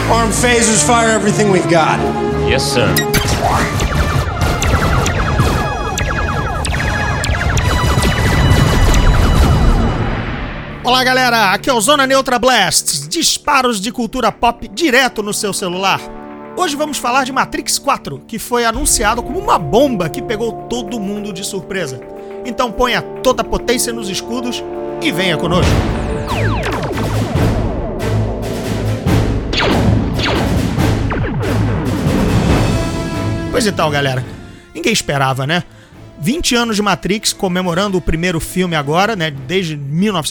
Arm phasers, fire everything we've got. Yes, sir. Olá galera, aqui é o Zona Neutra Blast, disparos de cultura pop direto no seu celular. Hoje vamos falar de Matrix 4, que foi anunciado como uma bomba que pegou todo mundo de surpresa. Então ponha toda a potência nos escudos e venha conosco. Pois então galera, ninguém esperava, né? 20 anos de Matrix, comemorando o primeiro filme agora, né, desde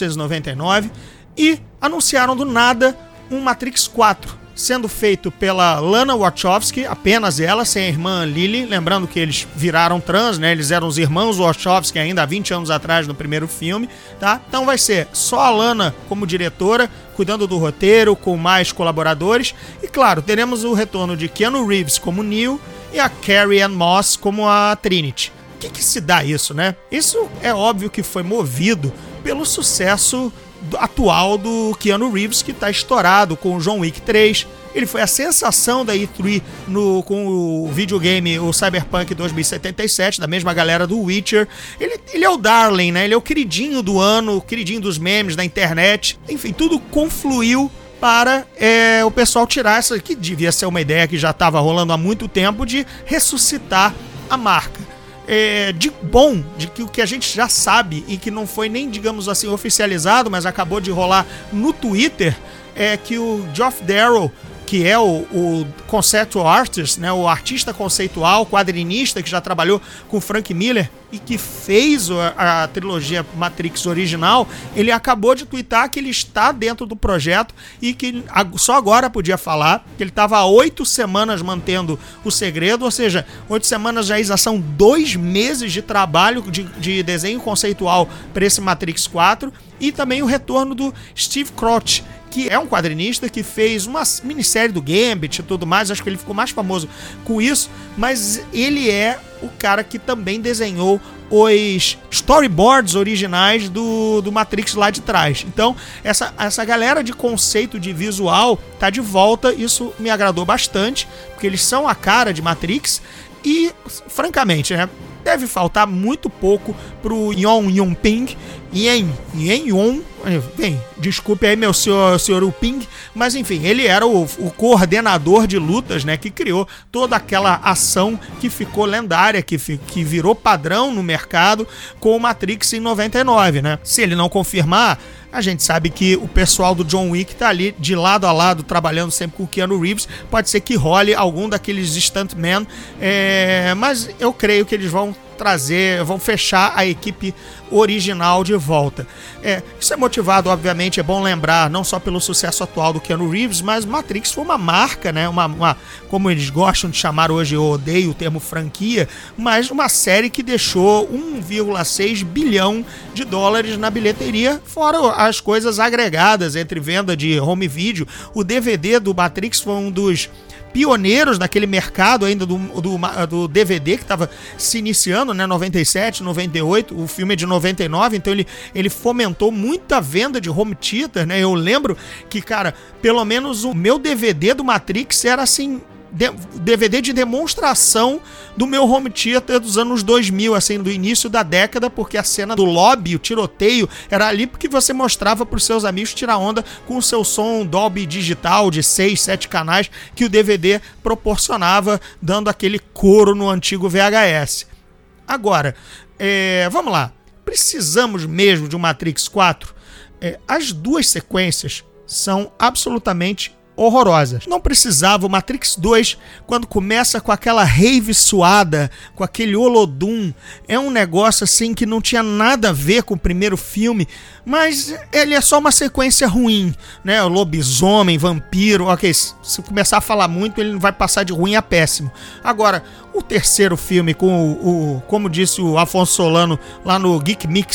1999, e anunciaram do nada um Matrix 4, sendo feito pela Lana Wachowski, apenas ela, sem a irmã Lily, lembrando que eles viraram trans, né, eles eram os irmãos Wachowski ainda há 20 anos atrás no primeiro filme, tá? Então vai ser só a Lana como diretora, cuidando do roteiro, com mais colaboradores, e claro, teremos o retorno de Keanu Reeves como Neo e a Carrie-Anne Moss como a Trinity. O que se dá isso, né? Isso é óbvio que foi movido pelo sucesso atual do Keanu Reeves, que está estourado com o John Wick 3. Ele foi a sensação da E3 com o videogame, o Cyberpunk 2077, da mesma galera do Witcher. Ele é o darling, né? Ele é o queridinho do ano, o queridinho dos memes, da internet. Enfim, tudo confluiu para o pessoal tirar essa, que devia ser uma ideia que já estava rolando há muito tempo, de ressuscitar a marca. De bom, de que o que a gente já sabe e que não foi nem, digamos assim, oficializado, mas acabou de rolar no Twitter, é que o Geoff Darrow, que é o conceptual artist, né, o artista conceitual, quadrinista, que já trabalhou com Frank Miller e que fez a trilogia Matrix original, ele acabou de twittar que ele está dentro do projeto e que só agora podia falar, que ele estava há 8 semanas mantendo o segredo, ou seja, 8 semanas já são 2 meses de trabalho de desenho conceitual para esse Matrix 4, e também o retorno do Steve Crouch, que é um quadrinista que fez uma minissérie do Gambit e tudo mais, acho que ele ficou mais famoso com isso, mas ele é o cara que também desenhou os storyboards originais do Matrix lá de trás. Então, essa galera de conceito de visual tá de volta, isso me agradou bastante, porque eles são a cara de Matrix e, francamente, né, deve faltar muito pouco pro Yong Yun-ping, bem, desculpe aí meu senhor Uping, mas enfim, ele era o coordenador de lutas, né, que criou toda aquela ação que ficou lendária, que virou padrão no mercado com o Matrix em 99, né? Se ele não confirmar, a gente sabe que o pessoal do John Wick tá ali de lado a lado, trabalhando sempre com o Keanu Reeves, pode ser que role algum daqueles stuntmen, mas eu creio que eles vão fechar a equipe original de volta. Isso é motivado, obviamente, é bom lembrar, não só pelo sucesso atual do Keanu Reeves, mas Matrix foi uma marca, né? Como eles gostam de chamar hoje, eu odeio o termo franquia, mas uma série que deixou 1,6 bilhão de dólares na bilheteria, fora as coisas agregadas entre venda de home video. O DVD do Matrix foi um dos pioneiros naquele mercado ainda do DVD que estava se iniciando, né, 97, 98, o filme é de 99, então ele fomentou muita venda de home theater, né? Eu lembro que, cara, pelo menos o meu DVD do Matrix era assim, DVD de demonstração do meu home theater dos anos 2000, assim, do início da década, porque a cena do lobby, o tiroteio, era ali porque você mostrava para os seus amigos tirar onda com o seu som Dolby digital de 6, 7 canais que o DVD proporcionava, dando aquele coro no antigo VHS. Agora, vamos lá, precisamos mesmo de um Matrix 4? As duas sequências são absolutamente horrorosas. Não precisava. O Matrix 2, quando começa com aquela rave suada, com aquele Olodum, é um negócio assim que não tinha nada a ver com o primeiro filme, mas ele é só uma sequência ruim, né? O lobisomem, vampiro, ok, se começar a falar muito, ele vai passar de ruim a péssimo. Agora, o terceiro filme com como disse o Afonso Solano lá no Geek Mix,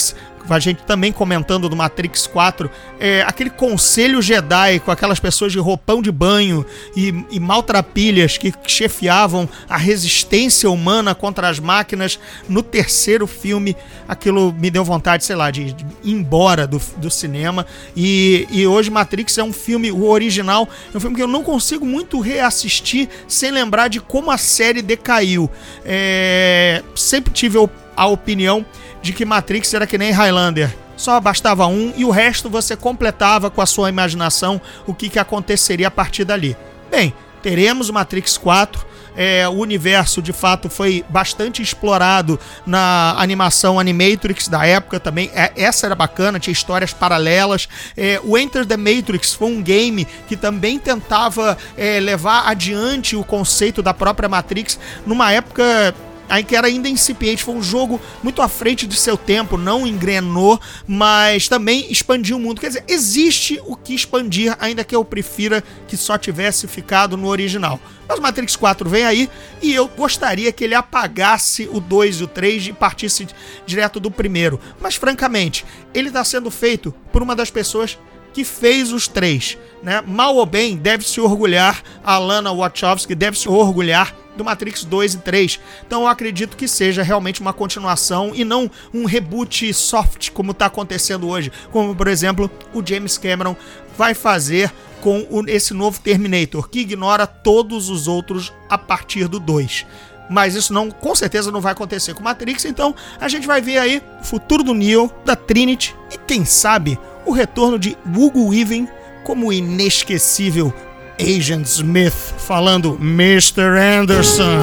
a gente também comentando do Matrix 4, aquele conselho Jedi com aquelas pessoas de roupão de banho e maltrapilhas que chefiavam a resistência humana contra as máquinas no terceiro filme, aquilo me deu vontade, sei lá, de ir embora do cinema. E hoje Matrix é um filme, o original, é um filme que eu não consigo muito reassistir sem lembrar de como a série decaiu. Sempre tive a opinião de que Matrix era que nem Highlander. Só bastava um e o resto você completava com a sua imaginação o que aconteceria a partir dali. Bem, teremos o Matrix 4. O universo, de fato, foi bastante explorado na animação Animatrix da época também. Essa era bacana, tinha histórias paralelas. O Enter the Matrix foi um game que também tentava levar adiante o conceito da própria Matrix numa época em que era ainda incipiente. Foi um jogo muito à frente de seu tempo, não engrenou, mas também expandiu o mundo. Quer dizer, existe o que expandir, ainda que eu prefira que só tivesse ficado no original. Mas o Matrix 4 vem aí e eu gostaria que ele apagasse o 2 e o 3 e partisse direto do primeiro. Mas, francamente, ele está sendo feito por uma das pessoas que fez os 3, né? Mal ou bem, deve se orgulhar, a Lana Wachowski deve se orgulhar do Matrix 2 e 3. Então eu acredito que seja realmente uma continuação e não um reboot soft como está acontecendo hoje, como por exemplo o James Cameron vai fazer com esse novo Terminator, que ignora todos os outros a partir do 2. Mas isso com certeza não vai acontecer com Matrix, então a gente vai ver aí o futuro do Neo, da Trinity e quem sabe o retorno de Hugo Weaving como o inesquecível Agent Smith, falando Mr. Anderson.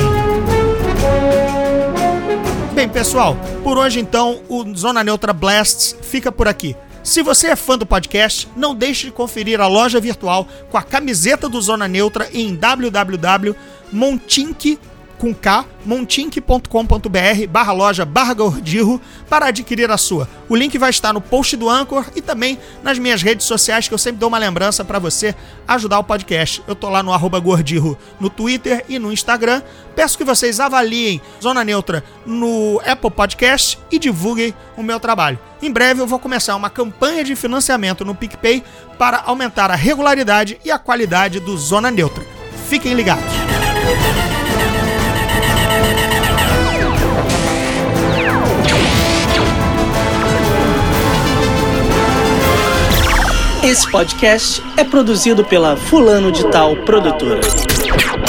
Bem, pessoal, por hoje então o Zona Neutra Blasts fica por aqui. Se você é fã do podcast, não deixe de conferir a loja virtual com a camiseta do Zona Neutra em montink.com.br/loja/gordirro para adquirir a sua. O link vai estar no post do Anchor e também nas minhas redes sociais, que eu sempre dou uma lembrança para você ajudar o podcast. Eu tô lá no @gordirro no Twitter e no Instagram. Peço que vocês avaliem Zona Neutra no Apple Podcast e divulguem o meu trabalho. Em breve eu vou começar uma campanha de financiamento no PicPay para aumentar a regularidade e a qualidade do Zona Neutra. Fiquem ligados! Esse podcast é produzido pela Fulano de Tal Produtora.